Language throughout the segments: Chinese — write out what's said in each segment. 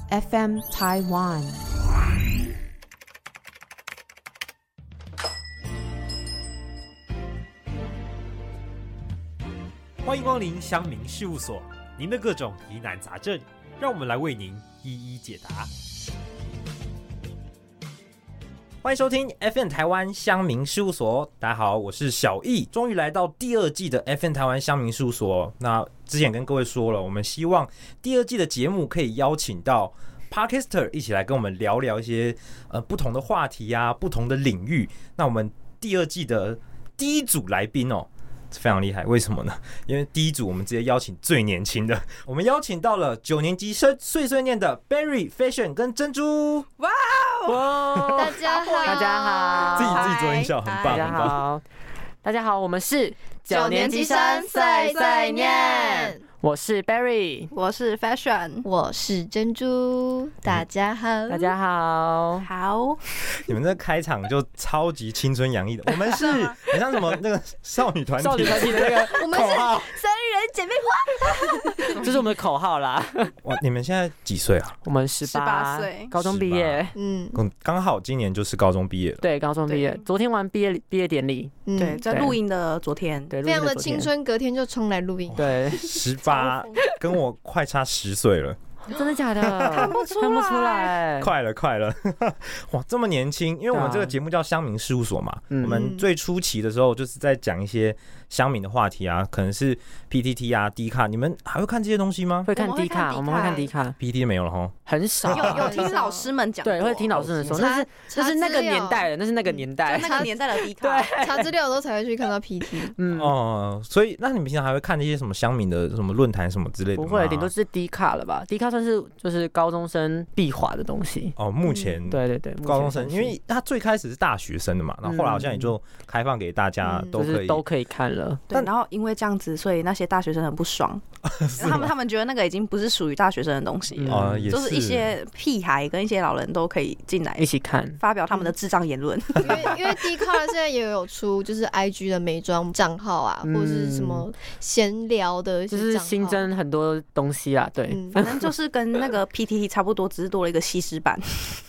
FM Taiwan。 欢迎光临乡民事务所，您的各种疑难杂症，让我们来为您一一解答。欢迎收听 FM 台湾乡民事务所，大家好，我是小易，终于来到第2季的 FM 台湾乡民事务所。那之前跟各位说了，我们希望第2季的节目可以邀请到 Podcaster 一起来跟我们聊聊一些不同的话题啊，不同的领域。那我们第2季的第1组来宾哦，非常厉害，为什么呢？因为第1组我们直接邀请最年轻的，我们邀请到了9年级生碎碎念的 Berry Fashion 跟珍珠。 哇哦！ 大家好， 大家好， 自己做音效，很棒， 大家好，大家好，我们是 9年级生碎碎念。 我是 Berry， 我是 Fashion， 我是珍珠。大家好， 大家好， 好。 你们这开场就超级青春洋溢的，我们是很像什么那个少女团体的那个我们是生日姐妹花， 这是我们的口号啦。 哇，你们现在几岁啊？ 我们18岁，高中毕业。 刚好今年就是高中毕业了。 对，高中毕业，昨天完毕业典礼。 对，在录音的昨天， 对， 非常的青春，隔天就冲来录音。 对 ，18跟我快差10岁了。 真的假的？看不出来， 快了，哇，这么年轻！因为我们这个节目叫乡民事务所嘛，我们最初期的时候就是在讲一些乡民的话题啊，可能是 PTT 啊、D 卡，你们还会看这些东西吗？ 会看 D 卡，我们会看 D 卡 ，PTT 没有了哈， 很少。 有听老师们讲， 对，会听老师们说，那是那个年代的，那是那个年代的 D 卡， 对，查资料的时候才会去看到 PT。 所以那你们平常还会看那些什么乡民的什么论坛什么之类的吗？ 不会，顶多是 D 卡了吧 ？D 卡算是就是高中生必滑的东西哦。目前对， 高中生，因为他最开始是大学生的嘛，然后后来好像也就开放给大家都可以看了。 对，然后因为这样子，所以那些大学生很不爽，他们觉得那个已经不是属于大学生的东西了，就是一些屁孩跟一些老人都可以进来一起看， 发表他们的智障言论。 因为 D 卡现在也有出就是 IG 的美妆账号啊，或者是什么闲聊的一些账号， 就是新增很多东西啊。对， 反正就是跟那个 PTT 差不多，只是多了一个西施版。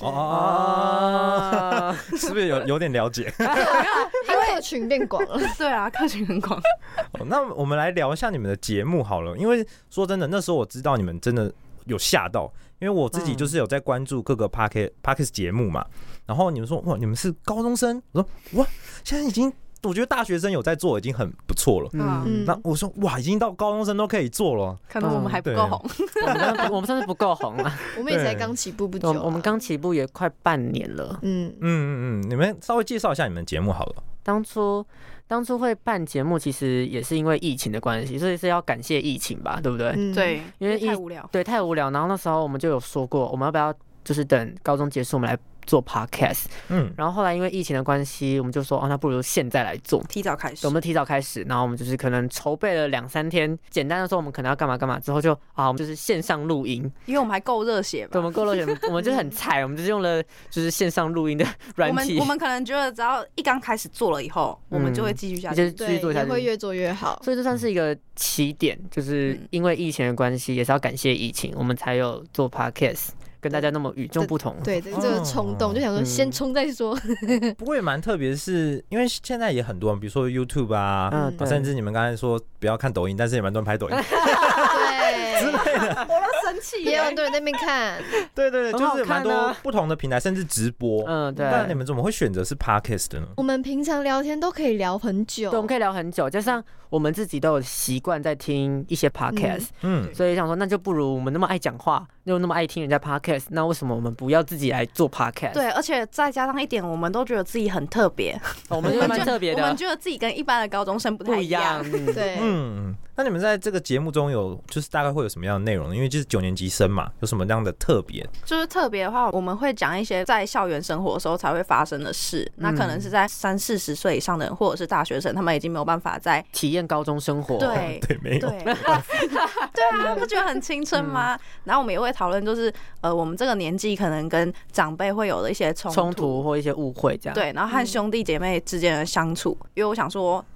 是不是有点了解？ 因为客群变广了。 对啊，客群很广。 那我们来聊一下你们的节目好了，因为说真的，那时候我知道你们真的有吓到，因为我自己就是有在关注各个 Podcast 节目嘛，然后你们说哇，你们是高中生，我说哇，现在已经。我觉得大学生有在做已经很不错了。那我说哇，已经到高中生都可以做了， 可能我们还不够红。 我们算是不够红啊。 我们也才刚起步不久。 我们刚起步也快半年了。 你们稍微介绍一下你们节目好了。 当初会办节目，其实也是因为疫情的关系，所以是要感谢疫情吧，对不对？ 对， 因为太无聊。 对，太无聊。然后那时候我们就有说过，我们要不要就是等高中结束，我们来做 podcast，然后后来因为疫情的关系，我们就说那不如现在来做， 提早开始。 我们提早开始，然后我们就是可能筹备了2-3天，简单的说我们可能要干嘛，之后就我们就是线上录音， 因为我们还够热血吧？ 对，我们够热血，我们就是很菜，我们就是用了就是线上录音的软体。 我们可能觉得只要一刚开始做了以后，我们就会继续下去， 继续做下去， 会越做越好。 所以这算是一个起点，就是因为疫情的关系，也是要感谢疫情，我们才有做 podcast。跟大家那么与众不同， 对这个冲动就想说先冲再说。 不过也蛮特别，是因为现在也很多人，比如说 YouTube 啊，甚至你们刚才说不要看抖音，但是也蛮多人拍抖音， 对之类的， 我都生气， 也有很多人在那边看， 对，就是蛮多不同的平台，甚至直播， 对。 但你们怎么会选择是 Podcast 的呢？ 我们平常聊天都可以聊很久， 对，我们可以聊很久，加上我们自己都有习惯在听一些 podcast，所以想说那就不如我们那么爱讲话，又那么爱听人家 podcast， 那为什么我们不要自己来做 podcast？ 对，而且再加上一点，我们都觉得自己很特别， 我们就蛮特别的， 我们觉得自己跟一般的高中生不太一样。 对， 那你们在这个节目中有就是大概会有什么样的内容呢？因为就是9年级生嘛，有什么样的特别？ 就是特别的话，我们会讲一些在校园生活的时候才会发生的事，那可能是在30-40岁以上的人，或者是大学生，他们已经没有办法再体验高中生活。 对， 没有。 对啊，不觉得很青春吗？然后我们也会讨论，就是我们这个年纪可能跟长辈会有的一些冲突或一些误会这样。 对，然后和兄弟姐妹之间的相处，因为我想说。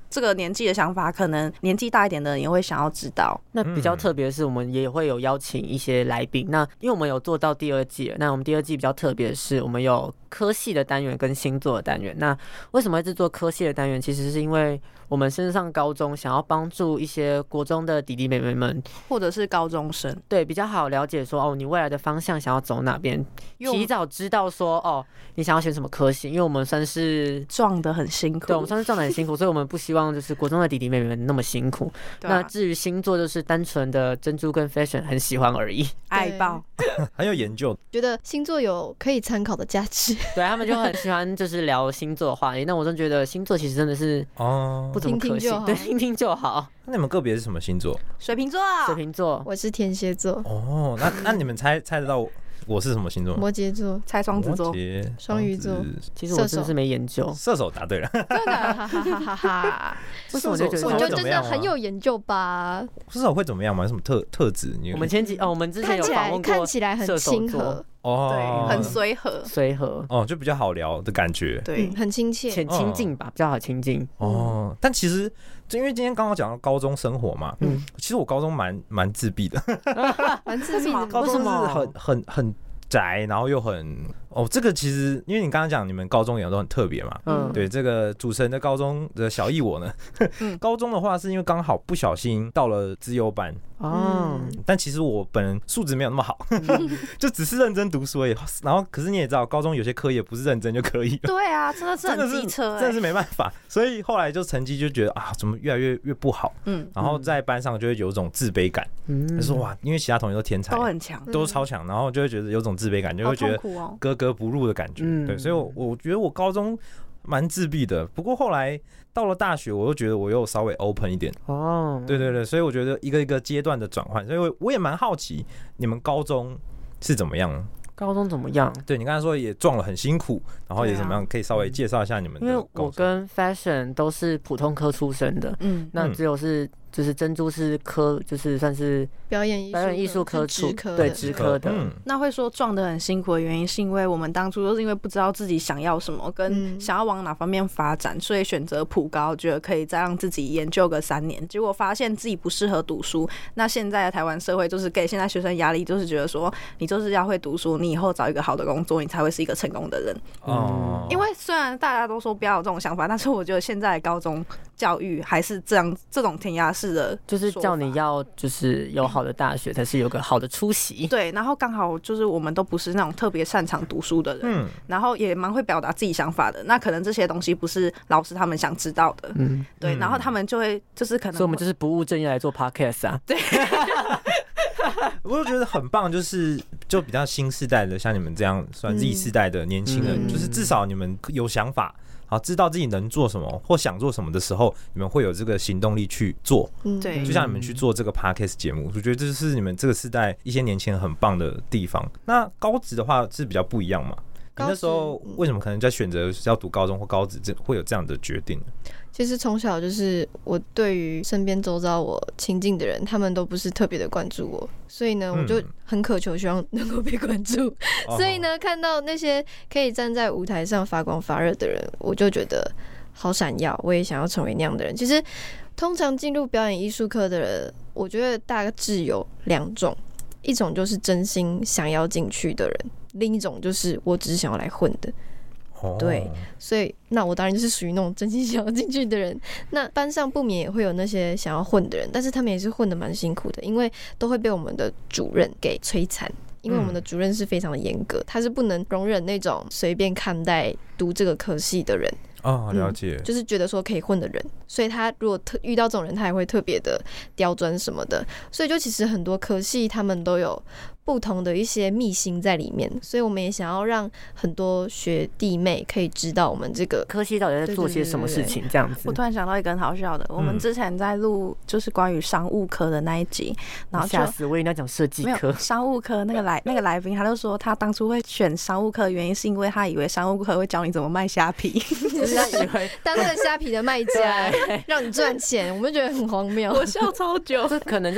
这个年纪的想法，可能年纪大一点的人也会想要知道。 那比较特别的是，我们也会有邀请一些来宾。那因为我们有做到第2季了，那我们第2季比较特别的是，我们有科系的单元跟星座的单元。那为什么一直做科系的单元？其实是因为我们升上高中，想要帮助一些国中的弟弟妹妹们， 或者是高中生， 对，比较好了解说哦，你未来的方向想要走哪边，提早知道说哦，你想要选什么科系。因为我们算是撞得很辛苦， 对，我们算是撞得很辛苦，所以我们不希望就是国中的弟弟妹妹们那么辛苦。那至于星座，就是单纯的珍珠跟 fashion 很喜欢而已， 爱爆， 很有研究， 觉得星座有可以参考的价值。 对，他们就很喜欢就是聊星座的话题。那我真觉得星座其实真的是不怎么可信，对，听听就好。 那你们个别是什么星座？ 水瓶座， 水瓶座， 我是天蝎座。 哦，那你们猜得到我是什么星座？ 摩羯座， 猜双子座， 双鱼座。 其实我真的是没研究。 射手答对了， 真的，哈哈哈哈！ 为什么我觉得真的很有研究吧？ 射手会怎么样吗？有什么特质？ 我们我们之前有访问过， 看起来很亲和。 对，很随和哦，就比较好聊的感觉， 对， 很亲切， 很亲近吧，比较好亲近哦。但其实因为今天刚刚讲到高中生活嘛，其实我高中蛮自闭的， 蛮自闭的， 高中是很宅，然后又很这个其实因为你刚刚讲你们高中也都很特别嘛，对，这个主持人的高中的小艺我呢，高中的话是因为刚好不小心到了资优班。但其实我本人素质没有那么好，就只是认真读书而已。然后，可是你也知道，高中有些课业不是认真就可以了。 对啊，真的是很机车， 真的是没办法。所以后来就成绩就觉得怎么越来越不好。然后在班上就会有一种自卑感。就说哇，因为其他同学都天才， 都很强， 都超强，然后就会觉得有种自卑感，就会觉得格格不入的感觉。对，所以我觉得我高中蛮自闭的，不过后来到了大学，我又觉得我又稍微 open 一点。对，所以我觉得一个阶段的转换，所以我也蛮好奇你们高中是怎么样。 高中怎么样？ 对，你刚才说也撞了很辛苦，然后也怎么样？可以稍微介绍一下你们的高中。 因为我跟 fashion 都是普通科出身的，那只有就是珍珠是科，就是算是表演艺术科出， 对，职科的。 那会说撞得很辛苦的原因，是因为我们当初都是因为不知道自己想要什么，跟想要往哪方面发展，所以选择普高，觉得可以再让自己研究个3年。结果发现自己不适合读书。那现在的台湾社会就是给现在学生压力，就是觉得说你就是要会读书，你以后找一个好的工作，你才会是一个成功的人。因为虽然大家都说不要有这种想法，但是我觉得现在的高中教育还是这种填鸭式的， 就是叫你要就是有好的大学才是有个好的出席。 对，然后刚好就是我们都不是那种特别擅长读书的人，然后也蛮会表达自己想法的。那可能这些东西不是老师他们想知道的，对，然后他们就会就是可能， 所以我们就是不务正业来做 podcast 啊。 对。 我就觉得很棒，就比较新世代的，像你们这样算 Z 世代的年轻人，就是至少你们有想法，好知道自己能做什么或想做什么的时候，你们会有这个行动力去做。 对， 就像你们去做这个 podcast 节目，我觉得这是你们这个世代一些年轻人很棒的地方。那高职的话是比较不一样嘛？你那时候为什么可能在选择要读高中或高职会有这样的决定呢？ 其实从小就是我对于身边周遭我亲近的人，他们都不是特别的关注我，所以呢，我就很渴求希望能够被关注。所以呢，看到那些可以站在舞台上发光发热的人，我就觉得好闪耀，我也想要成为那样的人。其实通常进入表演艺术科的人，我觉得大致有2种，一种就是真心想要进去的人，另一种就是我只是想要来混的。对，所以那我当然就是属于那种真心想要进去的人。那班上不免也会有那些想要混的人，但是他们也是混得蛮辛苦的，因为都会被我们的主任给摧残。因为我们的主任是非常的严格，他是不能容忍那种随便看待读这个科系的人。 了解， 就是觉得说可以混的人，所以他如果遇到这种人，他也会特别的刁钻什么的。所以就其实很多科系他们都有不同的一些秘辛在里面，所以我们也想要让很多学弟妹可以知道我们这个科系到底在做些什么事情。这样子， 我突然想到一个很好笑的，我们之前在录就是关于商务科的那一集，然后吓死我，以为要讲设计科。 商务科那个来宾，他就说他当初会选商务科的原因是因为他以为商务科会教你怎么卖虾皮。 当那个虾皮的卖家，让你赚钱，我们觉得很荒谬。 我笑超久。 这可能就是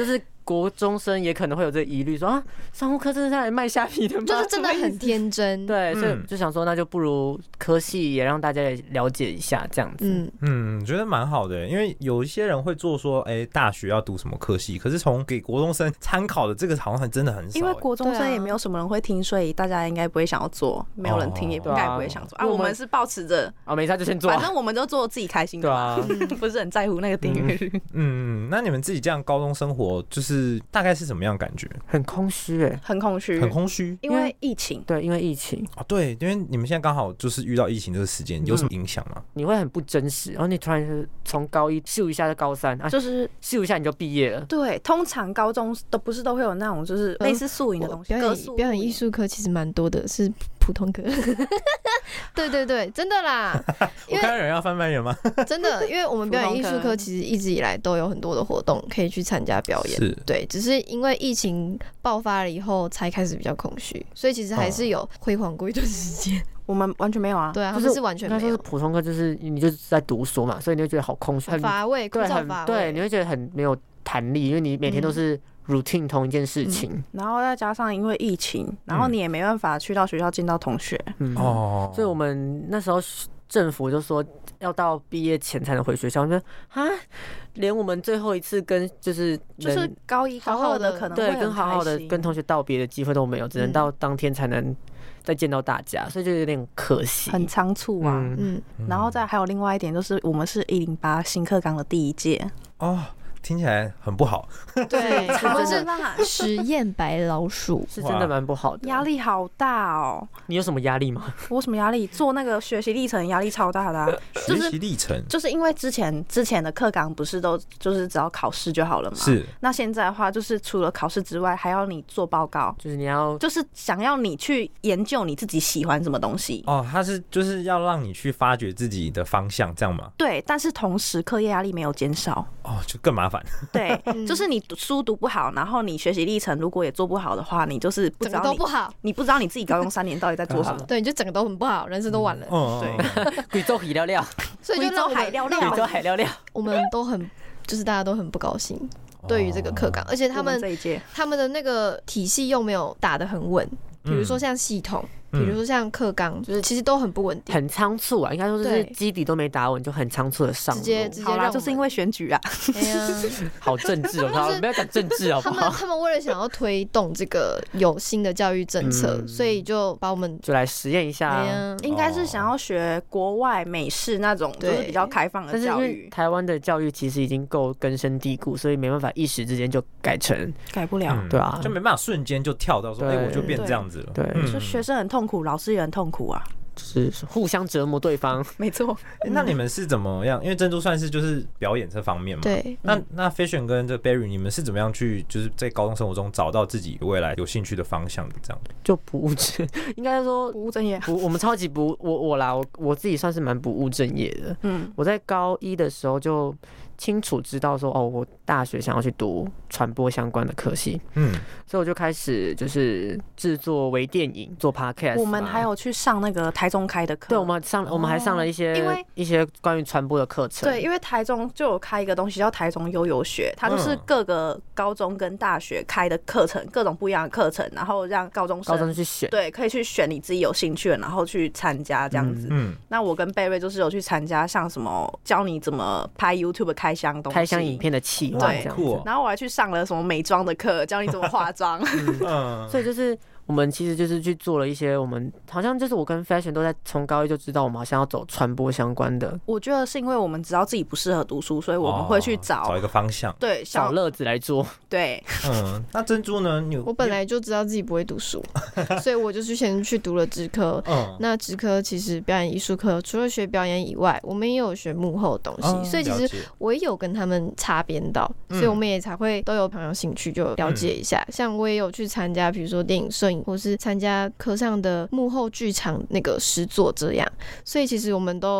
国中生也可能会有这个疑虑，说啊，商务科真的是来卖虾皮的吗？ 就是真的很天真。 对，所以就想说，那就不如科系也让大家也了解一下这样子。 觉得蛮好的，因为有一些人会做说，大学要读什么科系，可是从给国中生参考的这个好像真的很少。 因为国中生也没有什么人会听，所以大家应该不会想要做，没有人听也应该不会想做我们是抱持着没差就先做， 反正我们就做自己开心的嘛，不是很在乎那个订阅率。 那你们自己这样高中生活，就是大概是什么样的感觉？ 很空虚很空虚， 很空虚， 因为疫情。 对，因为疫情对，因为你们现在刚好就是遇到疫情这个时间，有什么影响吗？ 你会很不真实，然后你突然是从高一咻一下就高三， 就是咻一下你就毕业了。 对，通常高中不是都会有那种就是类似宿营的东西， 表演艺术科其实蛮多的，是普通科。对对对，真的啦。 我看到有人要翻白眼吗？ 真的，因为我们表演艺术科其实一直以来都有很多的活动可以去参加表演。 是， 对，只是因为疫情爆发了以后，才开始比较空虚，所以其实还是有辉煌过一段时间。 我们完全没有啊。 对啊，他们是完全没有。 普通科就是你就是在读书嘛，所以你会觉得好空虚， 很乏味，枯燥乏味。 对，你会觉得很没有弹力，因为你每天都是routine 同一件事情， 然后再加上因为疫情，然后你也没办法去到学校见到同学。 所以我们那时候政府就说要到毕业前才能回学校，我觉得啊，连我们最后一次跟就是高一高二的可能会跟好好的跟同学道别的机会都没有，只能到当天才能再见到大家，所以就有点可惜， 很仓促啊。然后再还有另外一点，就是我们是108新课纲的第一届听起来很不好。 对，我们是实验白老鼠， 是真的蛮不好的， 压力好大哦。 你有什么压力吗？ 我有什么压力？做那个学习历程压力超大的啊。 学习历程就是因为之前的课纲不是都就是只要考试就好了嘛？ 是。 那现在的话，就是除了考试之外，还要你做报告， 就是你要就是想要你去研究你自己喜欢什么东西。 他是就是要让你去发掘自己的方向，这样吗？ 对，但是同时课业压力没有减少。 就更麻烦。 对，就是你书读不好，然后你学习历程如果也做不好的话，你就是不知道都不好， 你不知道你自己高中3年到底在做什么。 对，你就整个都很不好，人生都完了。 对， 贵州海料料， 所以就让贵州海料料， 我们都很就是大家都很不高兴。对于这个课纲，而且他们的那个体系又没有打得很稳，比如说像系统。比如说像课纲，就是其实都很不稳定， 很仓促啊，应该说是基底都没打稳，就很仓促的上路。 直接让就是因为选举啊， 好政治哦，不要讲政治好不好？ 他们为了想要推动这个有新的教育政策，所以就把我们就来实验一下。 应该是想要学国外美式那种，就是比较开放的教育。 台湾的教育其实已经够根深蒂固，所以没办法一时之间就改不了， 对啊， 就没办法瞬间就跳到说，我就变这样子了。 对， 就学生很痛苦，老师也很痛苦啊， 就是互相折磨对方。 没错。 那你们是怎么样？因为珍珠算是就是表演这方面嘛。 对。 那 Fashion 跟这 Berry， 你们是怎么样去就是在高中生活中找到自己未来有兴趣的方向的？这样就不务正，应该说不务正业。 我们超级不我自己算是蛮不务正业的。我在高一的时候就清楚知道说，我大学想要去读传播相关的科系，所以我就开始就是制作微电影，做 podcast。 我们还有去上那个台中开的课， 对，我们还上了一些关于传播的课程。 对，因为台中就有开一个东西叫台中悠游学，它就是各个高中跟大学开的课程，各种不一样的课程，然后让高中生去选， 对，可以去选你自己有兴趣的，然后去参加这样子。那我跟贝瑞就是有去参加，像什么教你怎么拍 YouTube 开箱东西， 开箱影片的企划，对， 酷。 然后我还去上了什么美妆的课，教你怎么化妆。 所以就是我们其实就是去做了一些，我们好像就是我跟 Fashion 都在从高一就知道我们好像要走传播相关的。 我觉得是因为我们知道自己不适合读书，所以我们会去找一个方向， 对， 找乐子来做。 对， 那珍珠呢？ 我本来就知道自己不会读书，所以我就先去读了职科。那职科其实表演艺术科除了学表演以外，我们也有学幕后的东西，所以其实我也有跟他们擦边到，所以我们也才会都有同样兴趣就了解一下。像我也有去参加，比如说电影摄影，或是参加科上的幕后剧场那个实作这样，所以其实我们都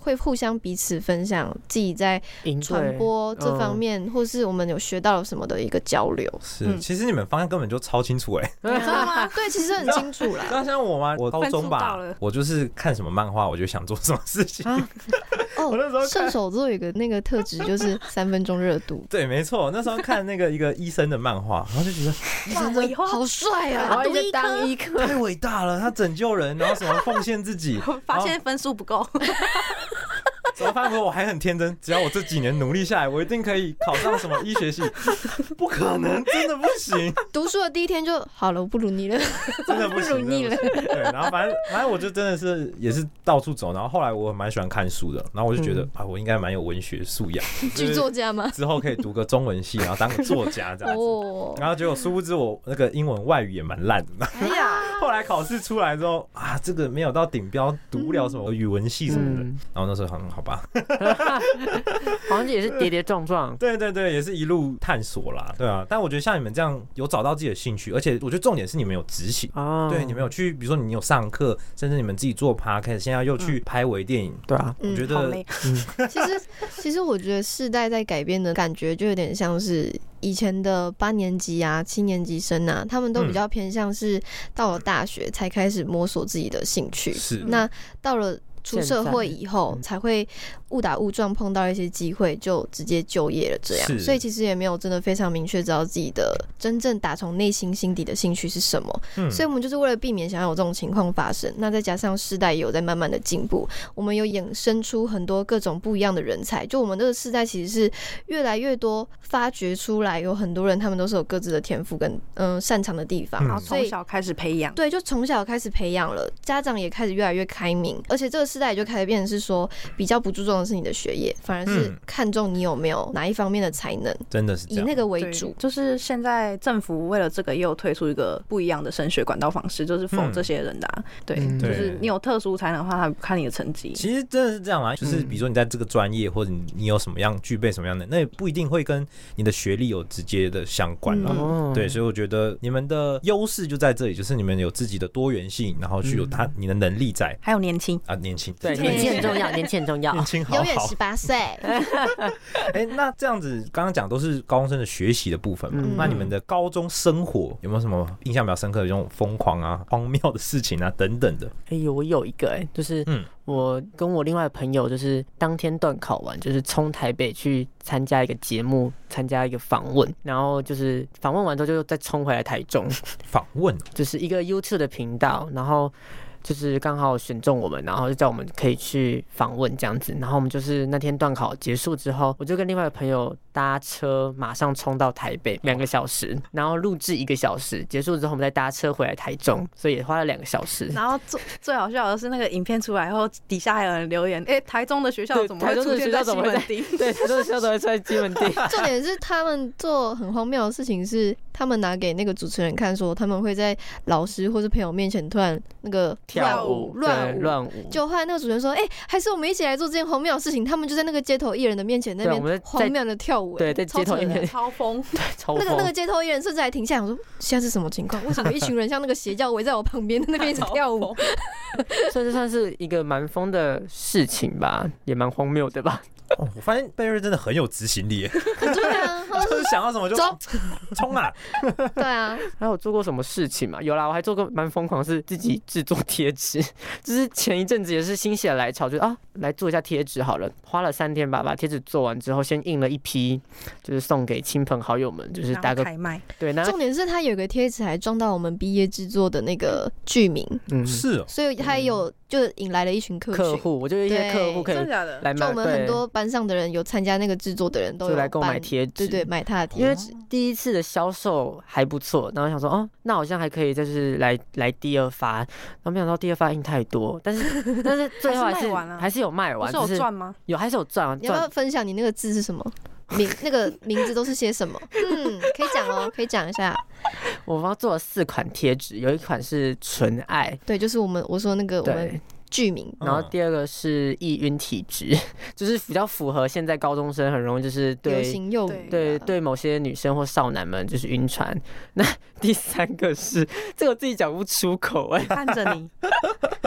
会互相彼此分享自己在传播这方面，或是我们有学到了什么的一个交流。 是，其实你们方向根本就超清楚真的吗？对，其实很清楚啦。 那像我吗？我高中吧，我就是看什么漫画，我就想做什么事情。 我那时候射手座有一个那个特质，就是3分钟热度。 对，没错。那时候看那个一个医生的漫画，然后就觉得医生真的好帅啊， 然后一直当医科， 太伟大了，他拯救人，然后什么奉献自己， 发现分数不够。 怎么发现我还很天真？只要我这几年努力下来，我一定可以考上什么医学系？不可能，真的不行。 读书的第一天就好了，我不如你了， 真的不行， 不如你了。 对，然后反正我就真的是也是到处走，然后后来我蛮喜欢看书的，然后我就觉得我应该蛮有文学素养， 剧作家吗？ 之后可以读个中文系，然后当个作家这样子。然后结果殊不知我那个英文外语也蛮烂的。哎呀，后来考试出来之后这个没有到顶标，读不了什么语文系什么的。然后那时候好吧。 好像也是跌跌撞撞， 对，也是一路探索啦，对啊。但我觉得像你们这样有找到自己的兴趣，而且我觉得重点是你们有执行对，你们有去，比如说你有上课，甚至你们自己做 podcast， 现在又去拍微电影， 对啊， 我觉得， 其实我觉得世代在改变的感觉，就有点像是以前的8年级啊、7年级生啊，他们都比较偏向是到了大学才开始摸索自己的兴趣， 是那到了出社会以后才会误打误撞碰到一些机会，就直接就业了这样。所以其实也没有真的非常明确知道自己的真正打从内心心底的兴趣是什么。所以我们就是为了避免想要有这种情况发生，那再加上世代也有在慢慢的进步，我们有衍生出很多各种不一样的人才。就我们这个世代其实是越来越多发掘出来，有很多人他们都是有各自的天赋跟擅长的地方， 然后从小开始培养。 对，就从小开始培养了，家长也开始越来越开明，而且这个世代就开始变成是说比较不注重的是你的学业，反而是看重你有没有哪一方面的才能， 真的是这样， 以那个为主。 就是现在政府为了这个也有推出一个不一样的升学管道方式，就是否这些人的对，就是你有特殊才能的话，他看你的成绩。 其实真的是这样啊，就是比如说你在这个专业，或者你有什么样具备什么样的，那也不一定会跟你的学历有直接的相关啦。对，所以我觉得你们的优势就在这里，就是你们有自己的多元性，然后去有你的能力在， 还有年轻年轻， 对，年轻很重要，年轻很重要， 年轻好， 永远18岁。 那这样子刚刚讲都是高中生的学习的部分嘛，那你们的高中生活有没有什么印象比较深刻的这种疯狂啊、荒谬的事情啊等等的？ 我有一个就是我跟我另外的朋友就是当天段考完，就是冲台北去参加一个节目，参加一个访问，然后就是访问完之后就再冲回来台中访问， 就是一个 YouTube 的频道，然后就是刚好选中我们，然后就叫我们可以去访问这样子。然后我们就是那天段考结束之后，我就跟另外的朋友搭车马上冲到台北2个小时，然后录制1个小时，结束之后我们再搭车回来台中，所以也花了2个小时。 然后最好笑的是那个影片出来后，底下还有人留言：台中的学校怎么会出现在西门町？ 对，台中的学校怎么会出现在西门町？ 重点是他们做很荒谬的事情是，他们拿给那个主持人看，说他们会在老师或是朋友面前突然那个跳舞乱舞， 就后来那个主持人说：“还是我们一起来做这件荒谬的事情。”他们就在那个街头艺人的面前那边荒谬的跳舞， 对，在街头艺人超疯， 对，超疯。 那个街头艺人甚至还停下来说：“现在是什么情况？为什么一群人像那个邪教围在我旁边那边一直跳舞？” 所以这算是一个蛮疯的事情吧，也蛮荒谬的吧。 我发现贝瑞真的很有执行力耶。 对啊， 就是想到什么就冲啊。 对啊， 还有做过什么事情嘛？有啦，我还做过蛮疯狂，是自己制作贴纸。就是前一阵子也是心血来潮，就来做一下贴纸好了。花了3天吧，把贴纸做完之后，先印了一批，就是送给亲朋好友们，就是大个开卖。 对， 重点是他有个贴纸还装到我们毕业制作的那个剧名， 是， 所以他有就引来了一群客户，我觉得一些客户可以来买。 就我们很多班上的人有参加那个制作的人都有来购买贴纸， 对，买他的贴纸。 因为第一次的销售还不错，然后想说那好像还可以，就是来第2发，然后没想到第2发印太多，但是最后还是有卖完， 不是有赚吗？ 有，还是有赚。 你要不要分享你那个字是什么？那个名字都是些什么？可以讲哦，可以讲一下。 我帮他做了4款贴纸，有一款是纯爱， 对，就是我说那个我们剧名， 然后第2个是易晕体质，就是比较符合现在高中生很容易就是流行用语， 对某些女生或少男们就是晕船。那第3个是这个我自己讲不出口看着你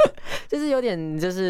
就是有点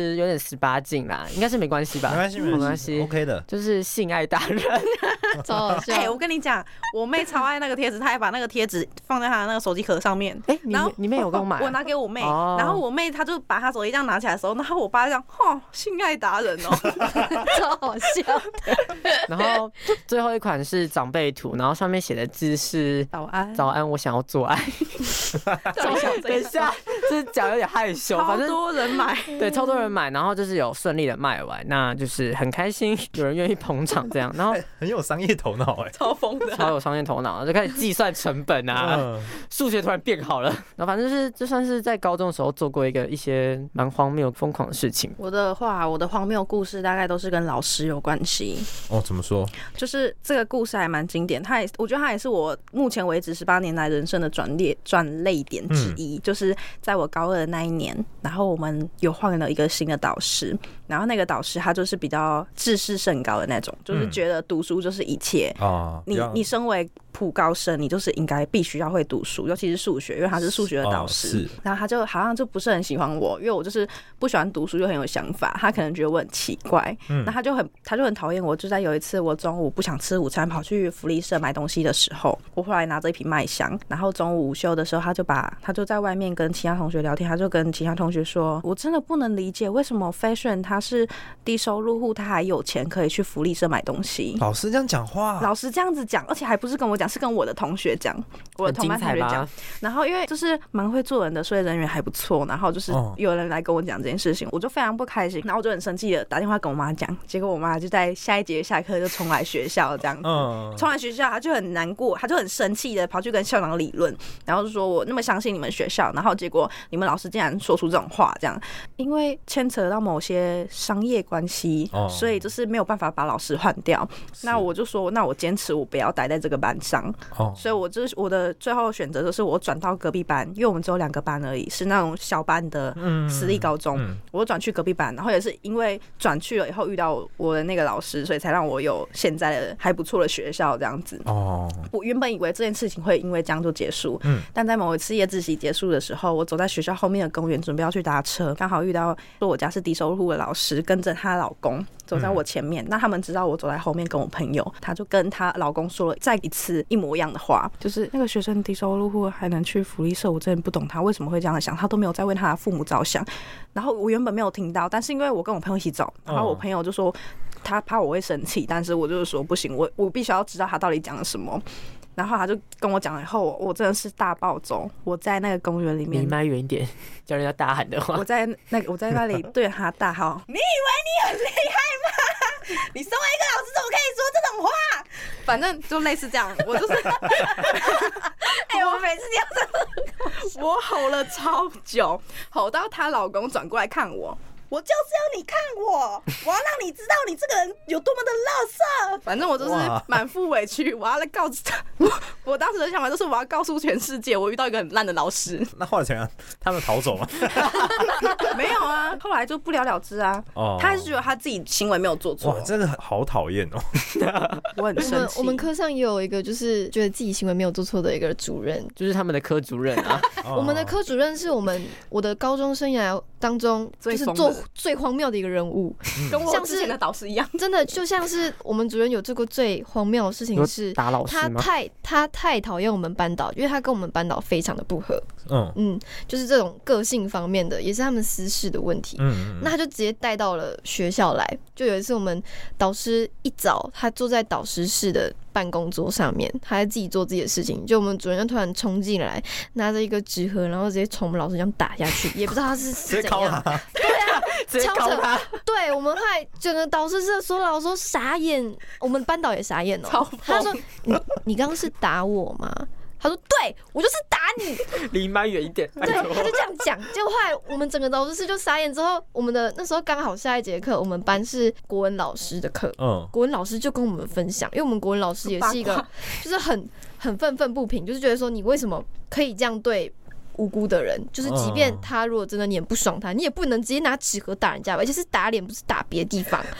18禁啦，应该是没关系吧？ 没关系 ，OK 的， 就是性爱达人， 超好笑。 我跟你讲，我妹超爱那个贴纸，她还把那个贴纸放在她的那个手机壳上面。 你妹有跟我买？ 我拿给我妹，然后我妹她就把她手机这样拿起来的时候，然后我爸这样，性爱达人哦， 超好笑。 然后最后一款是长辈图，然后上面写的字是早安，我想要做爱。等一下，这讲有点害羞，反正超多人买， 对，超多人买，然后就是有顺利的卖完，那就是很开心，有人愿意捧场这样，然后很有商业头脑超疯的， 超有商业头脑，就开始计算成本啊，数学突然变好了，然后反正就是这算是在高中的时候做过一些蛮荒谬疯狂的事情。 我的荒谬故事大概都是跟老师有关系。 怎么说？ 就是这个故事还蛮经典，我觉得它也是我目前为止18年来人生的转捩点之一。就是在我高2的那一年，然后我们有换了一个新的导师，然后那个导师他就是比较自视甚高的那种，就是觉得读书就是一切你身为普高生，你就是应该必须要会读书，尤其是数学，因为他是数学的导师。然后他就好像就不是很喜欢我，因为我就是不喜欢读书，又很有想法，他可能觉得我很奇怪。那他就很讨厌我。就在有一次我中午不想吃午餐，跑去福利社买东西的时候，我后来拿着一瓶麦香，然后中午午休的时候，他就在外面跟其他同学聊天，他就跟其他同学说，我真的不能理解为什么 Fashion 他是低收入户，他还有钱可以去福利社买东西。 老师这样讲话， 老师这样子讲，而且还不是跟我讲，是跟我的同学讲，我的同班同学讲。然后因为就是蛮会做人的，所以人缘还不错。然后就是有人来跟我讲这件事情，我就非常不开心，然后我就很生气的打电话跟我妈讲。结果我妈就在下一节下课就冲来学校这样子，冲来学校，她就很难过，她就很生气的跑去跟校长理论，然后就说我那么相信你们学校，然后结果你们老师竟然说出这种话，这样因为牵扯到某些商业关系，所以就是没有办法把老师换掉。那我就说，那我坚持我不要待在这个班上，所以我的最后选择就是我转到隔壁班，因为我们只有2个班而已，是那种小班的私立高中，我转去隔壁班，然后也是因为转去了以后遇到我的那个老师，所以才让我有现在的还不错的学校这样子。我原本以为这件事情会因为这样就结束，但在某一次夜自习结束的时候，我走在学校后面的公园准备要去搭车，刚好遇到说我家是低收入户的老师跟着她老公走在我前面，那他们知道我走在后面跟我朋友，她就跟她老公说了再一次一模一样的话，就是那个学生低收入户还能去福利社，我真的不懂他为什么会这样想，他都没有在为他的父母着想。然后我原本没有听到，但是因为我跟我朋友一起走，然后我朋友就说他怕我会生气，但是我就是说不行，我必须要知道他到底讲了什么。然后他就跟我讲了以后，我真的是大暴走。我在那个公园里面， 离麦远一点，叫人家大喊的话。 我在那里对着他大喊：“你以为你很厉害吗？你身为一个老师，怎么可以说这种话？”反正就类似这样，我就是，我每次这样，我吼了超久，吼到她老公转过来看我。我就是要你看我要让你知道你这个人有多么的垃圾。反正我就是满腹委屈，我要来告诉他。我当时的想法就是我要告诉全世界，我遇到一个很烂的老师。 那后来怎样？他们逃走吗？ 没有啊，后来就不了了之啊。他还是觉得他自己行为没有做错。 哇，真的好讨厌哦！ 我很生气。 我们科上也有一个就是觉得自己行为没有做错的一个主任， 就是他们的科主任啊。 我们的科主任是我的高中生涯当中就是做最荒谬的一个人物， 跟我之前的导师一样， 真的就像是我们主任有做过最荒谬的事情是打老师吗？ 他太讨厌我们班导，因为他跟我们班导非常的不合。就是这种个性方面的，也是他们私事的问题。那他就直接带到了学校来。就有一次我们导师一早，他坐在导师室的办公桌上面，他在自己做自己的事情，就我们主任就突然冲进来，拿着一个纸盒，然后直接从我们老师这样打下去，也不知道他是怎样。对啊， 直接敲他。 对，我们还整个导师室所有老师傻眼，我们班导也傻眼哦。他说：“你刚刚是打我吗？”他说：“对，我就是打你。” 离蛮远一点。 对，他就这样讲。结果后来我们整个导师室就傻眼之后，我们的那时候刚好下一节课，我们班是国文老师的课。国文老师就跟我们分享，因为我们国文老师也是一个，就是很愤愤不平，就是觉得说你为什么可以这样对无辜的人，就是即便他如果真的你很不爽他，你也不能直接拿纸盒打人家吧，而且是打脸，不是打别的地方。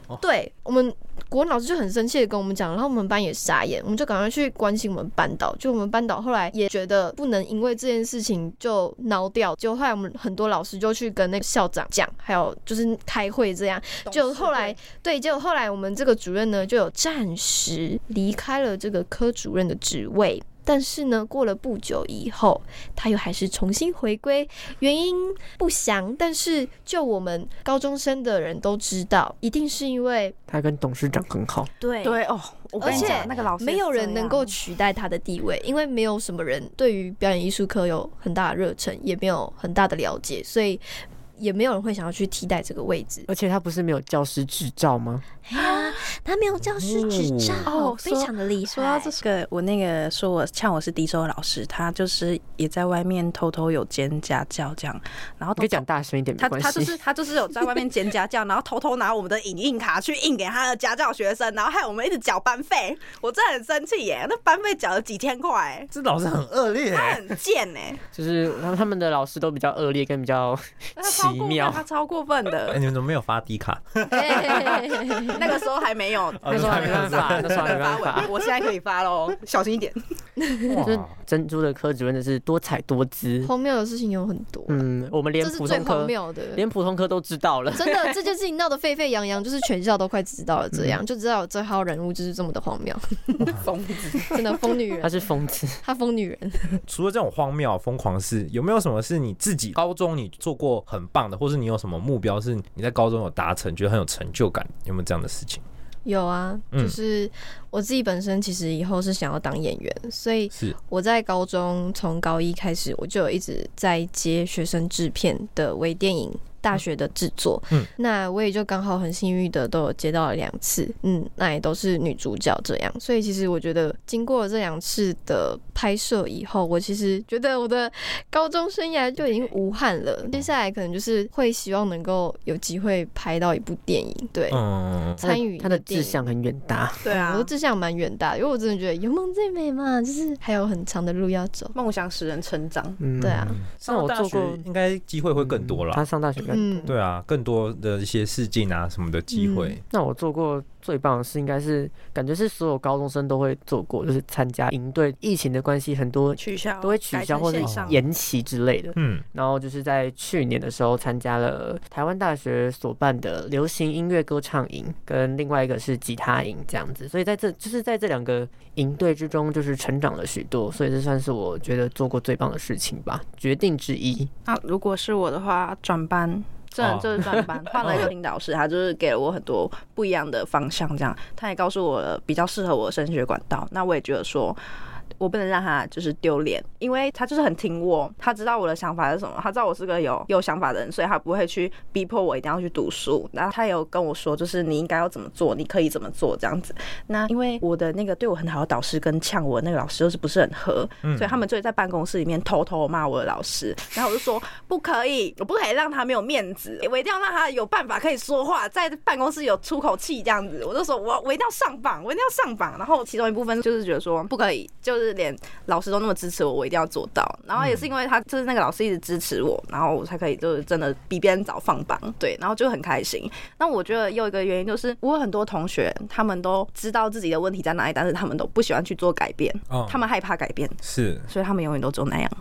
对，我们国文老师就很生气的跟我们讲，然后我们班也傻眼，我们就赶快去关心我们班导。就我们班导后来也觉得不能因为这件事情就挠掉，就后来我们很多老师就去跟那个校长讲，还有就是开会这样。就后来结果后来我们这个主任呢就有暂时离开了这个科主任的职位。但是呢，过了不久以后，他又还是重新回归，原因不详。但是就我们高中生的人都知道，一定是因为他跟董事长很好。 对哦，我跟你讲，那个老师没有人能够取代他的地位，因为没有什么人对于表演艺术科有很大的热忱，也没有很大的了解，所以也没有人会想要去替代这个位置。 而且他不是没有教师执照吗？ 他没有教师执照，非常的厉害。 说到这个，我那个说我呛我是低收老师，他就是也在外面偷偷有兼家教这样，然后可以讲大声一点没关系。 他就是有在外面兼家教，然后偷偷拿我们的影印卡去印给他的家教学生，然后害我们一直缴班费，我真的很生气耶！那班费缴了几千块， 这老师很恶劣， 他很贱哎， 就是他们的老师都比较恶劣跟比较奇妙， 他超过分的。 你们怎么没有发低卡？ 那个时候还没有， 那时候还没办法，那时候还没办法。 我现在可以发喽，小心一点。 就是珍珠的科主任的是多彩多姿， 荒谬的事情有很多。 我们连普通科连普通科都知道了。 真的，这件事情闹得沸沸扬扬，就是全校都快知道了，这样就知道这号人物就是这么的荒谬。 疯子， 真的疯女人， 她是疯子， 她疯女人。 除了这种荒谬疯狂事，有没有什么是你自己高中你做过很棒的，或是你有什么目标是你在高中有达成，觉得很有成就感？有没有这样的事情？ 有啊，就是我自己本身其实以后是想要当演员，所以我在高中从高一开始，我就有一直在接学生制片的微电影。大学的制作，那我也就刚好很幸运的都有接到了2次，那也都是女主角这样，所以其实我觉得经过了这2次的拍摄以后，我其实觉得我的高中生涯就已经无憾了，接下来可能就是会希望能够有机会拍到一部电影，对，参与他的志向很远大， 对啊， 我的志向蛮远大，因为我真的觉得有梦最美嘛，就是还有很长的路要走， 梦想使人成长， 对啊， 上大学应该机会会更多了， 他上大学对啊，更多的一些试镜啊什么的机会。 那我做过最棒的事，应该是感觉是所有高中生都会做过，就是参加营队。疫情的关系，很多都会取消或者延期之类的。然后就是在去年的时候参加了台湾大学所办的流行音乐歌唱营，跟另外一个是吉他营这样子。所以在这2个营队之中，就是成长了许多。所以这算是我觉得做过最棒的事情吧，决定之一。 那如果是我的话，转班。就是转班，换了一个领导师，他就是给了我很多不一样的方向，这样他也告诉我了比较适合我的升学管道。那我也觉得说，我不能让他就是丢脸，因为他就是很听我，他知道我的想法是什么，他知道我是个有想法的人，所以他不会去逼迫我一定要去读书。然后他也有跟我说，就是你应该要怎么做，你可以怎么做这样子。那因为我的那个对我很好的导师跟呛我的那个老师就是不是很合，所以他们就会在办公室里面偷偷骂我的老师。然后我就说不可以，我不可以让他没有面子，我一定要让他有办法可以说话，在办公室有出口气这样子。我就说我一定要上榜，我一定要上榜。然后其中一部分就是觉得说不可以，就是连老师都那么支持我，我一定要做到。然后也是因为他就是那个老师一直支持我，然后我才可以就是真的比别人早放榜，对，然后就很开心。那我觉得又一个原因就是，我有很多同学他们都知道自己的问题在哪里，但是他们都不喜欢去做改变，他们害怕改变， 是， 所以他们永远都做那样。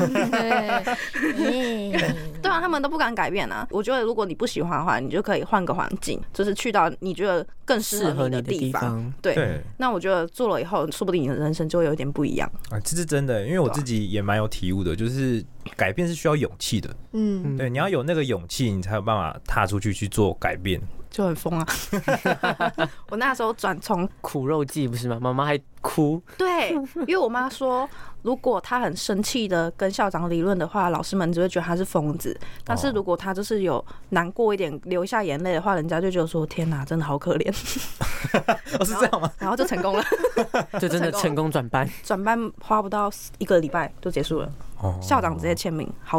对啊，他们都不敢改变啊。我觉得如果你不喜欢的话，你就可以换个环境，就是去到你觉得更适合你的地方。对，那我觉得做了以后，说不定你的人生就会有点不一样啊。这是真的，因为我自己也蛮有体悟的，就是改变是需要勇气的。对，你要有那个勇气，你才有办法踏出去去做改变。 就很疯啊！我那时候从苦肉计不是吗？妈妈还哭。 对，因为我妈说，如果她很生气的跟校长理论的话，老师们只会觉得她是疯子；但是如果她就是有难过一点，流下眼泪的话，人家就觉得说：天哪，真的好可怜。 是这样吗？ 然后就成功了， 就真的成功转班。 转班花不到1个礼拜就结束了。校长直接签名，好爽。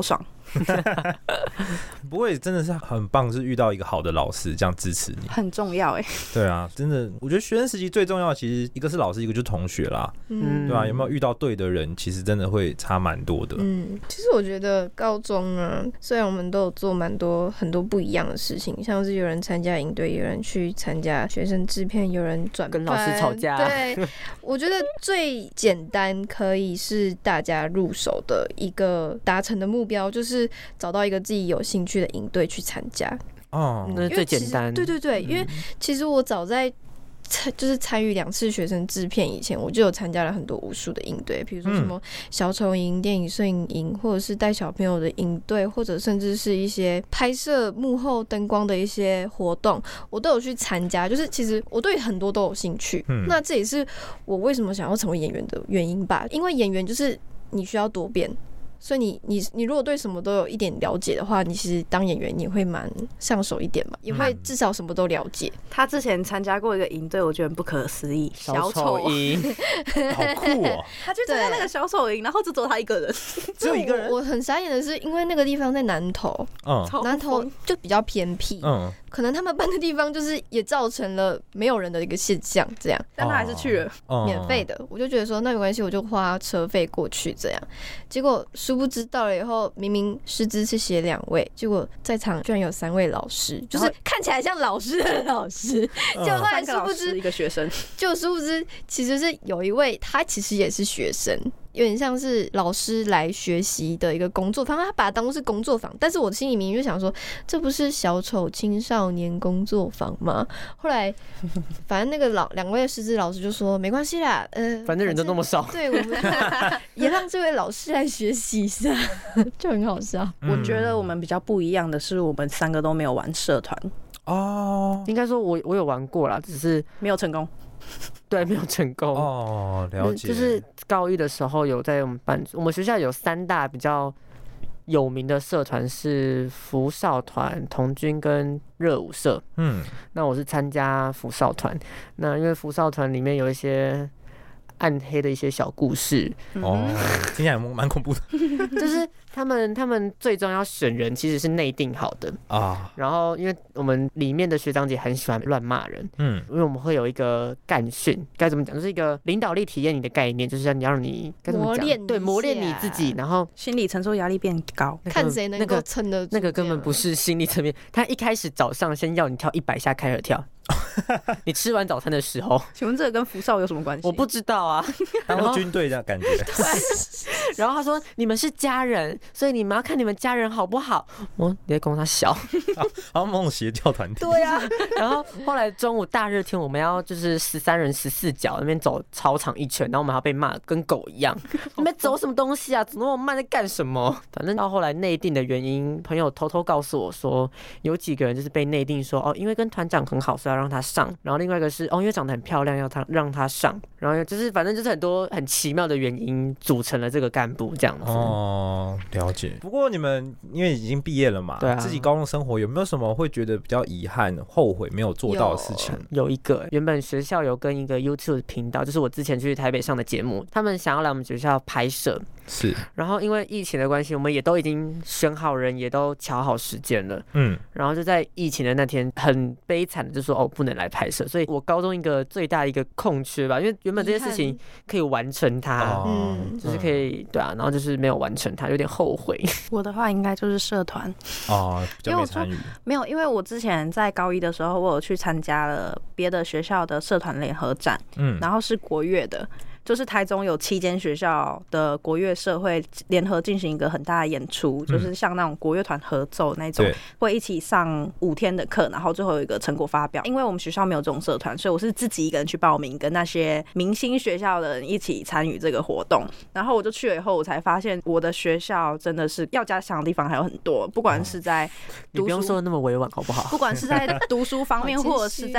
不过也真的是很棒，是遇到一个好的老师这样支持你， 很重要哎。 对啊，真的，我觉得学生时期最重要的其实一个是老师，一个就是同学啦，对吧？有没有遇到对的人，其实真的会差蛮多的。 其实我觉得高中啊，虽然我们都有做很多不一样的事情，像是有人参加营队，有人去参加学生制片，有人转班跟老师吵架。 对，我觉得最简单可以是大家入手的一个达成的目标，就是找到一个自己有兴趣的营队去参加。 那是最简单。 对对对，因为其实我早在就是参与2次学生制片以前，我就有参加了很多武术的营队，比如说什么小丑营、电影摄影营，或者是带小朋友的营队，或者甚至是一些拍摄幕后灯光的一些活动，我都有去参加。就是其实我对很多都有兴趣，那这也是我为什么想要成为演员的原因吧。因为演员就是你需要多变。所以你如果对什么都有一点了解的话，你其实当演员你会蛮上手一点嘛，也会至少什么都了解。 他之前参加过一个营队，我觉得很不可思议， 小丑营， 好酷哦！ 他去参加那个小丑营，然后只有他一个人， 只有一个人。 我很傻眼的是，因为那个地方在南投，南投就比较偏僻，可能他们搬的地方就是也造成了没有人的一个现象，这样， 但他还是去了， 免费的，我就觉得说那没关系，我就花车费过去这样。结果殊不知到了以后，明明师资是写2位，结果在场居然有3位老师，就是看起来像老师的老师，就后来殊不知一个学生， 就殊不知其实是有一位他其实也是学生。有点像是老师来学习的一个工作坊，他把它当作是工作坊，但是我心里明明就想说，这不是小丑青少年工作坊吗？后来，反正那个2位师资老师就说没关系啦， 反正人都那么少， 对，我们也让这位老师来学习一下，就很好笑。 我觉得我们比较不一样的是，我们3个都没有玩社团哦。应该说我有玩过啦，只是没有成功。 对，没有成功哦，了解。 就是高1的时候有在我们学校有3大比较有名的社团是福少团、童军跟热舞社。那我是参加福少团，那因为福少团里面有一些暗黑的一些小故事听起来蛮恐怖的。 就是他们最终要选人其实是内定好的啊，然后因为我们里面的学长姐很喜欢乱骂人，因为我们会有一个干训，该怎么讲，就是一个领导力体验你的概念，就是你要让你该怎么讲，对，磨练你自己，然后心理承受压力变高， 看谁能够撑得住。 那个根本不是心理层面，他一开始早上先要你跳100下开合跳。你吃完早餐的时候， 请问这个跟福少有什么关系？ 我不知道啊， 当过军队的感觉。 然后他说你们是家人，所以你们要看你们家人好不好。你在跟他小， 好像某种邪教团体。 对啊。然后后来中午大热天，我们要就是13人14脚那边走操场1圈，然后我们还要被骂跟狗一样，你们走什么东西啊？怎么那么慢，在干什么？反正到后来内定的原因，朋友偷偷告诉我说，有几个人就是被内定说因为跟团长很好，所以要让他上。然后另外一个是因为长得很漂亮，要让他上。然后就是反正就是很多很奇妙的原因组成了这个干部这样子。 了解。不过你们因为已经毕业了嘛，对啊，自己高中生活有没有什么会觉得比较遗憾、后悔没有做到的事情？ 有一个，原本学校有跟一个 YouTube 频道，就是我之前去台北上的节目，他们想要来我们学校拍摄。 是， 然后因为疫情的关系，我们也都已经选好人，也都瞧好时间了。然后就在疫情的那天，很悲惨的就说不能来拍摄，所以我高中一个最大一个空缺吧，因为原本这些事情可以完成它，就是可以对啊，然后就是没有完成它，有点后悔。 我的话应该就是社团比较没参与。 没有，因为我之前在高1的时候，我有去参加了别的学校的社团联合展，然后是国乐的。就是台中有7间学校的国乐社会联合进行一个很大的演出，就是像那种国乐团合奏那种，会一起上5天的课，然后最后有一个成果发表。因为我们学校没有这种社团，所以我是自己一个人去报名，跟那些明星学校的人一起参与这个活动。然后我就去了以后，我才发现我的学校真的是要加强的地方还有很多，不管是在读书， 你不用说的那么委婉好不好？ 不管是在读书方面，或者是在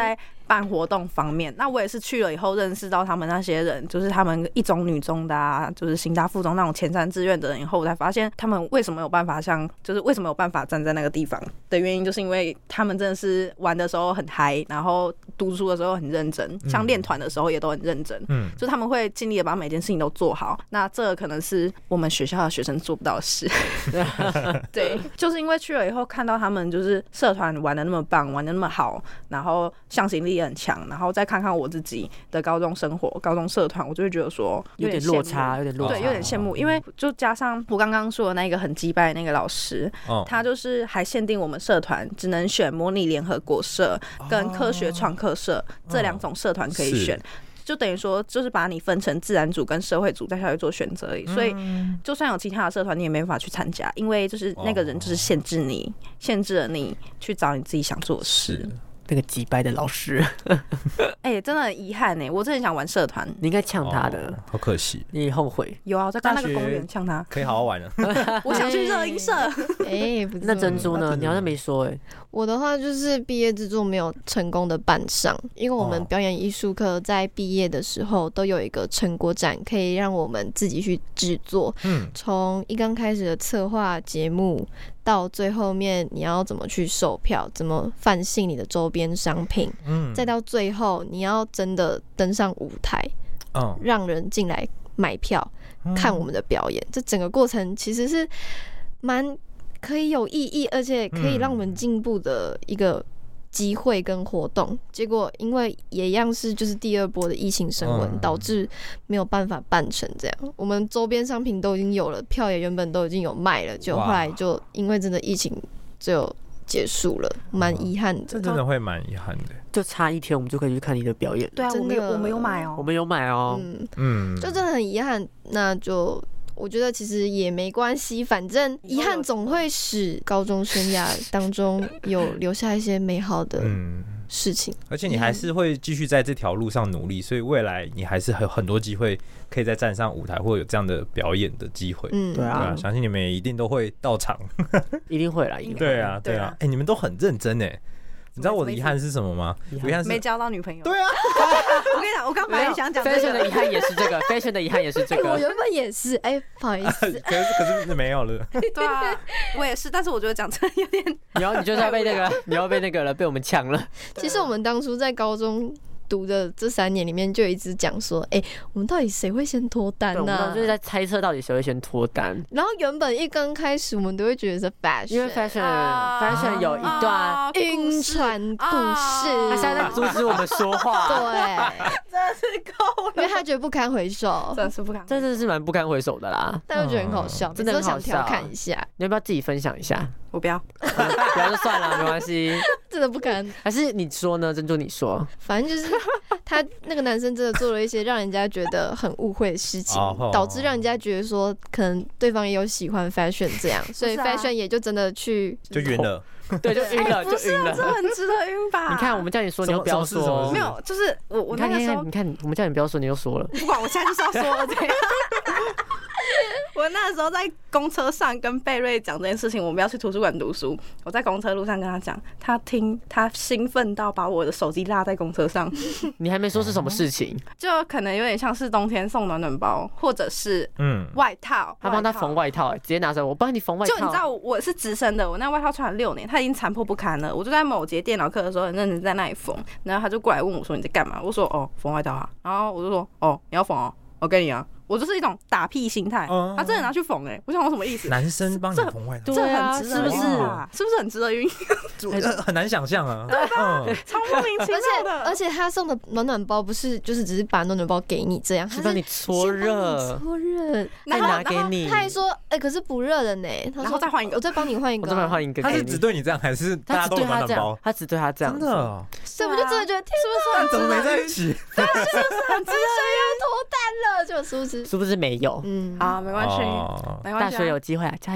办活动方面，那我也是去了以后认识到他们那些人，就是他们一中女中的啊，就是新大附中那种前3志愿的人以后，我才发现他们为什么有办法就是为什么有办法站在那个地方的原因，就是因为他们真的是玩的时候很嗨，然后读书的时候很认真，像练团的时候也都很认真，就他们会尽力的把每件事情都做好。那这可能是我们学校的学生做不到的事。对，就是因为去了以后看到他们就是社团玩的那么棒，玩的那么好，然后向心力也很强，然后再看看我自己的高中生活、高中社团，我就会觉得说有点落差，有点落差， 对，有点羡慕，因为就加上我刚刚说的那个很击败的那个老师，他就是还限定我们社团只能选模拟联合国社跟科学创客社这2种社团可以选。就等于说，就是把你分成自然组跟社会组，再下去做选择而已。所以，就算有其他的社团，你也没办法去参加，因为就是那个人就是限制了你去找你自己想做的事。 那个击败的老师， 真的很遗憾呢。我真的很想玩社团， 你应该呛他的， 好可惜。 你后悔？ 有啊，我在那个公园呛他， 可以好好玩了。 我想去热音社。 那珍珠呢？你好像没说我的话就是毕业制作没有成功的办上，因为我们表演艺术课在毕业的时候都有一个成果展，可以让我们自己去制作。从一刚开始的策划节目，到最后面你要怎么去售票，怎么贩信你的周边商品，再到最后你要真的登上舞台，让人进来买票看我们的表演，这整个过程其实是蛮可以有意义，而且可以让我们进步的一个机会跟活动。结果因为也一样是就是第2波的疫情升温，导致没有办法办成这样。我们周边商品都已经有了，票也原本都已经有卖了，就后来就因为真的疫情就结束了，蛮遗憾的。 这真的会蛮遗憾的。 就差1天，我们就可以去看你的表演。 对啊，我们有买哦， 我们有买哦。 就真的很遗憾。那就我觉得其实也没关系，反正遗憾总会使高中生涯当中有留下一些美好的事情。 而且你还是会继续在这条路上努力，所以未来你还是有很多机会可以再站上舞台，或有这样的表演的机会。 对啊， 相信你们也一定都会到场。 一定会啦，一定会。 对啊，对啊。你们都很认真哎。你知道我的遗憾是什么吗？遗憾是没交到女朋友。 对啊， 我跟你讲，我刚本来想讲 Fashion 的遗憾也是这个，Fashion 的遗憾也是这个。 我原本也是，不好意思。 可是没有了。 对啊，我也是，但是我觉得讲真的有点。 你就是要被那个，你要被那个了，被我们抢了。 其实我们当初在高中读的这3年里面，就一直讲说，我们到底谁会先脱单呢？ 我们就是在猜测到底谁会先脱单。 然后原本一刚开始，我们都会觉得是 fashion， 因为 fashion 有一段晕船故事， 他现在在阻止我们说话。 对， 真的是够了， 因为他觉得不堪回首， 真的是不堪， 真的是蛮不堪回首的啦。 但我觉得很好笑， 真的很好笑， 想调侃一下。 你要不要自己分享一下？ 我不要， 不要就算了，没关系。 真的不敢。 还是你说呢？珍珠，你说。 反正就是他那个男生真的做了一些让人家觉得很误会的事情，导致让人家觉得说可能对方也有喜欢 fashion 这样，所以 fashion 也就真的去就晕了。 对，就晕了，就晕了。 这很值得晕吧？ 你看，我们叫你说，你又不要说。 没有，就是我那个时候， 你看，我们叫你不要说，你又说了。 不管，我现在就是要说了这样。我那时候在公车上跟贝瑞讲这件事情，我们要去图书馆读书。我在公车路上跟他讲，他兴奋到把我的手机落在公车上。 你还没说是什么事情？ 就可能有点像是冬天送暖暖包，或者是外套。 他帮他缝外套，直接拿着我帮你缝外套。 就你知道我是直升的，我那外套穿了6年，它已经残破不堪了。我就在某节电脑课的时候很认真在那里缝，然后他就过来问我说你在干嘛？我说缝外套啊。然后我就说你要缝哦，我给你啊。我就是一种打屁心态，他真的拿去缝我想我什么意思？ 男生帮你缝外套， 这很值得晕啊，是不是很值得晕？ 很难想象啊， 对吧？超莫名其妙的。 而且他送的暖暖包不是就是只是把暖暖包给你这样， 是帮你搓热，再拿给你。 他还说可是不热的呢， 然后再换一个， 我再帮你换一个， 我再帮你换一个。 他是只对你这样，还是大家都有暖暖包？ 他只对他这样， 真的。 所以我就真的觉得，是不是怎么没在一起？ 对，是不是很值得脱单了？就是是不是没有？ 好，没关系，没关系。 大学有机会啊，加油！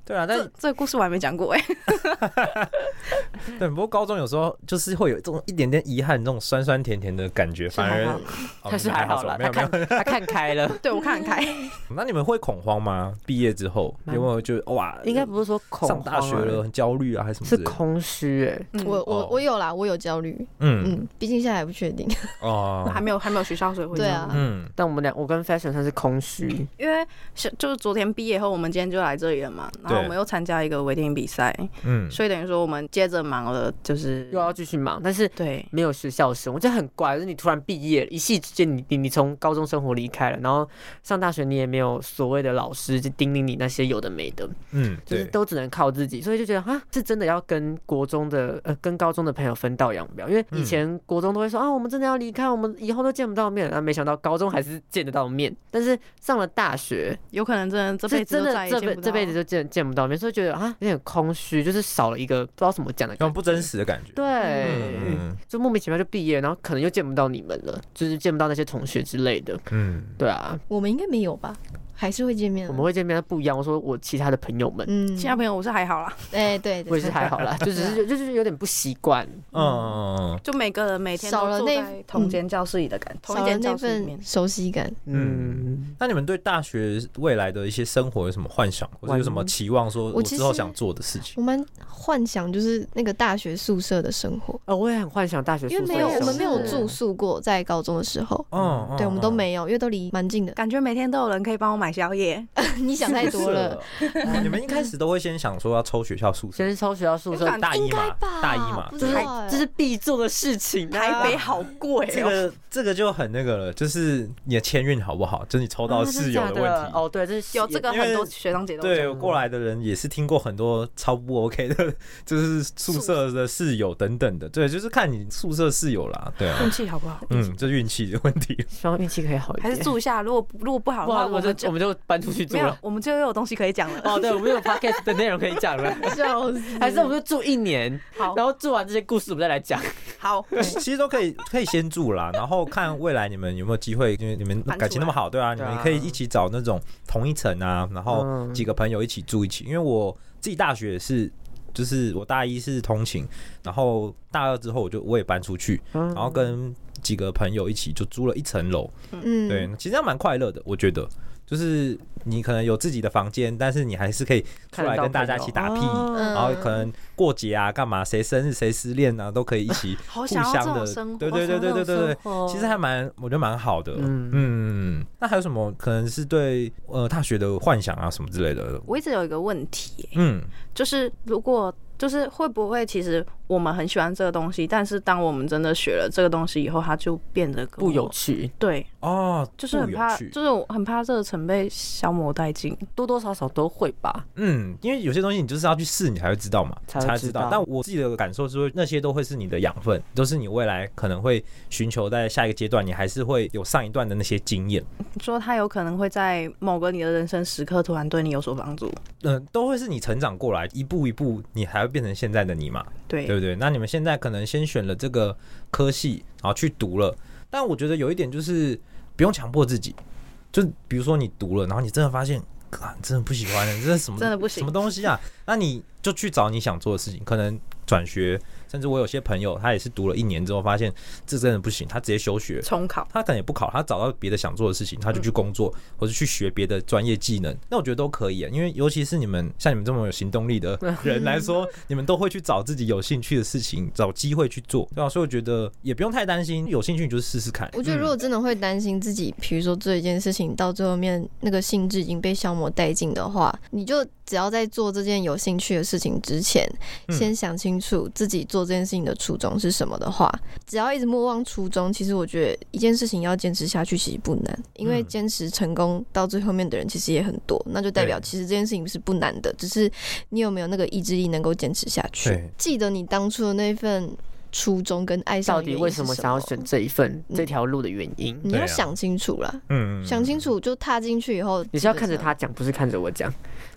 对啊，但这个故事我还没讲过哎。 对，不过高中有时候就是会有这种一点点遗憾，这种酸酸甜甜的感觉，反而他是还好了，他看开了。 对我看开。 那你们会恐慌吗？毕业之后有没有就哇？ 应该不是说恐慌， 上大学了很焦虑啊，还是什么？ 是空虚哎。 我有啦，我有焦虑。毕竟现在还不确定。 哦，还没有学校，所以会对啊。 但我跟 Fashion 算是空虚， 因为就是昨天毕业后，我们今天就来这里了嘛，然后我们又参加一个微电影比赛，所以等于说我们接着忙了，就是又要继续忙，但是对没有学校生活，我觉得很怪，就是你突然毕业，一夕之间你从高中生活离开了，然后上大学你也没有所谓的老师就叮咛你那些有的没的，就是都只能靠自己，所以就觉得啊，是真的要跟跟高中的朋友分道扬镳，因为以前国中都会说啊，我们真的要离开，我们以后都见不到面，没想到高中还是见得到面，但是上了大学， 有可能真的这辈子这辈子就见不到面，所以觉得啊有点空虚，就是少了一个不知道怎么讲的感觉， 不真实的感觉。 对，就莫名其妙就毕业，然后可能又见不到你们了，就是见不到那些同学之类的。对啊， 我们应该没有吧？还是会见面， 我们会见面，不一样。我说我其他的朋友们， 其他朋友我是还好啦， 对， 我也是还好啦，就是有点不习惯， 就每个人每天都坐在同间教室里的感觉，同一间教室里面熟悉感。 那你们对大学未来的一些生活有什么幻想，或者有什么期望？说我之后想做的事情？ 我蛮幻想就是那个大学宿舍的生活。 我也很幻想大学宿舍， 因为我们没有住宿过，在高中的时候，对，我们都没有，因为都离蛮近的， 感觉每天都有人可以帮我买宵夜。 你想太多了。 你们一开始都会先想说要抽学校宿舍， 先抽学校宿舍， 大一嘛， 这是必做的事情。 台北好贵这个就很那个了，就是你的签运好不好，就是你抽到室友的问题。 哦，对，这是有这个很多学长姐都对过来的人也是听过很多超不 OK 的，就是宿舍的室友等等的。对，就是看你宿舍室友啦，对啊， 运气好不好？ 这运气的问题。 希望运气可以好一点， 还是住一下。如果不好的话， 我们就搬出去住了。 我们就又有东西可以讲了。 哦，对，我们有 podcast 的内容可以讲了。还是我们就住1年，然后住完这些故事我们再来讲。 好， 其实都可以先住啦，然后看未来你们有没有机会，因为你们感情那么好，对啊，你们可以一起找那种同一层啊，然后几个朋友一起住一起。因为我自己大学是。就是我大一是通勤，然后大二之后我也搬出去，然后跟几个朋友一起就租了1层楼，对，其实蛮快乐的，我觉得。就是你可能有自己的房间，但是你还是可以出来跟大家一起打屁，然后可能过节啊干嘛，谁生日谁失恋啊，都可以一起互相的，对，其实我觉得蛮好的。那还有什么可能是对大学的幻想啊什么之类的？ 我一直有一个问题，就是如果就是会不会其实我们很喜欢这个东西，但是当我们真的学了这个东西以后，它就变得不有趣。 对就是很怕， 就是我很怕热忱被消磨殆尽， 多多少少都会吧。 因为有些东西你就是要去试，你才会知道嘛，才知道。但我自己的感受是说，那些都会是你的养分，都是你未来可能会寻求在下一个阶段，你还是会有上一段的那些经验。 说它有可能会在某个你的人生时刻突然对你有所帮助。 都会是你成长过来，一步一步，你还会变成现在的你嘛？对不对？那你们现在可能先选了这个科系，然后去读了，但我觉得有一点就是不用强迫自己，就比如说你读了，然后你真的发现，真的不喜欢，这是什么真的不行什么东西啊？那你就去找你想做的事情，可能转学。甚至我有些朋友，他也是读了1年之后，发现这真的不行，他直接休学重考， 他可能也不考，他找到别的想做的事情，他就去工作，或者去学别的专业技能。那我觉得都可以啊，因为尤其是像你们这么有行动力的人来说，你们都会去找自己有兴趣的事情，找机会去做，对吧？所以我觉得也不用太担心，有兴趣你就试试看。 我觉得如果真的会担心自己，比如说做一件事情到最后面那个兴致已经被消磨殆尽的话，你就只要在做这件有兴趣的事情之前，先想清楚自己做这件事情的初衷是什么的话，只要一直莫忘初衷，其实我觉得一件事情要坚持下去其实不难，因为坚持成功到最后面的人其实也很多，那就代表其实这件事情是不难的，只是你有没有那个意志力能够坚持下去。记得你当初的那份初衷跟爱上的原因是什么， 到底为什么想要选这条路的原因， 你要想清楚啦。想清楚就踏进去以后， 你是要看着他讲，不是看着我讲。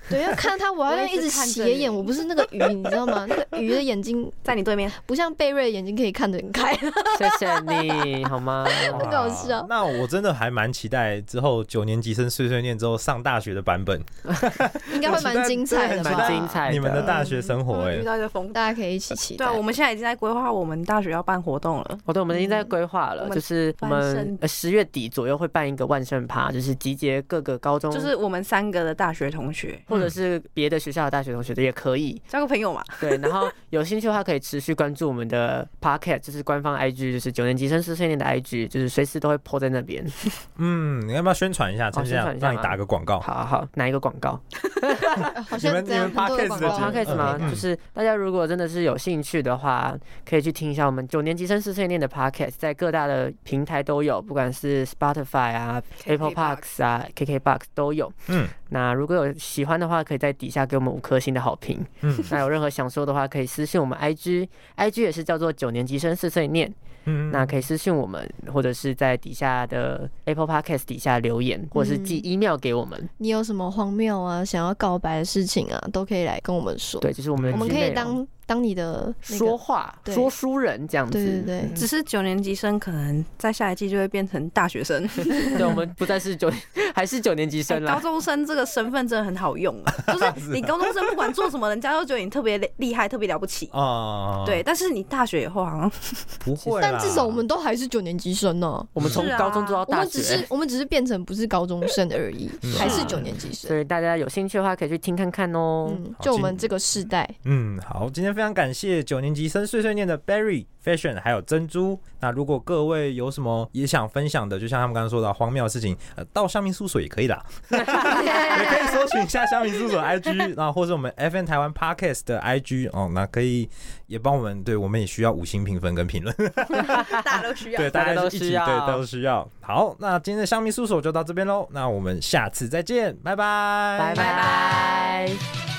对，要看他，我要一直斜眼，我不是那个鱼，你知道吗？那个鱼的眼睛在你对面， 不像贝瑞的眼睛可以看得很开。 谢谢你好吗？ 很搞笑。 那我真的还蛮期待之后9年级生碎碎念之后上大学的版本， 应该会蛮精彩的吧？ 蛮精彩的， 你们的大学生活遇到一个风， 大家可以一起期待。 对，我们现在已经在规划我们大学要办活动了。 对，我们已经在规划了，就是我们10月底左右会办一个万圣趴，就是集结各个高中， 就是我们3个的大学同学， 或者是别的学校的大学同学的也可以交个朋友嘛。 对，然后有兴趣的话可以持续关注我们的 Podcast， 就是官方 IG， 就是9年级生碎碎念的 IG， 就是随时都会 po 在那边。 你要不要宣传一下？趁这样让你打个广告。 好，哪一个广告？ 好像你们 Podcast 吗？就是大家如果真的是有兴趣的话，可以去听一下我们9年级生碎碎念的 Podcast， 在各大的平台都有，不管是 Spotify 啊、Apple Podcasts 啊、KKBox 都有。那如果有喜欢的话，可以在底下给我们5颗星的好评。那有任何想说的话，可以私信我们 IG 也是叫做9年级生碎碎念。那可以私讯我们，或者是在底下的 Apple Podcast 底下留言，或者是寄 email 给我们。 你有什么荒谬啊，想要告白的事情啊，都可以来跟我们说。 对，就是我们可以当你的说话说书人这样子。 对， 只是9年级生可能在下一季就会变成大学生。 对，我们不再是还是9年级生啦。 高中生这个身份真的很好用啊，就是你高中生不管做什么，人家都觉得你特别厉害、特别了不起啊。对，但是你大学以后好像不会啦， 但至少我们都还是9年级生呢。 我们从高中做到大学， 我们只是变成不是高中生而已，还是9年级生。 所以大家有兴趣的话，可以去听看看哦。 就我们这个世代。 好，今天非常感谢9年级生碎碎念的 Berry、Fashion 还有珍珠。那如果各位有什么也想分享的，就像他们刚刚说的荒谬的事情，到乡民事务所也可以啦，也可以搜寻一下乡民事务所 IG， 然后或者我们 FN 台湾 Podcast 的 IG 哦，那可以也帮我们，对我们也需要5星评分跟评论， 大家都需要， 对，大家都需要，对，都需要。好，那今天的乡民事务所就到这边喽，那我们下次再见，拜拜， 拜拜。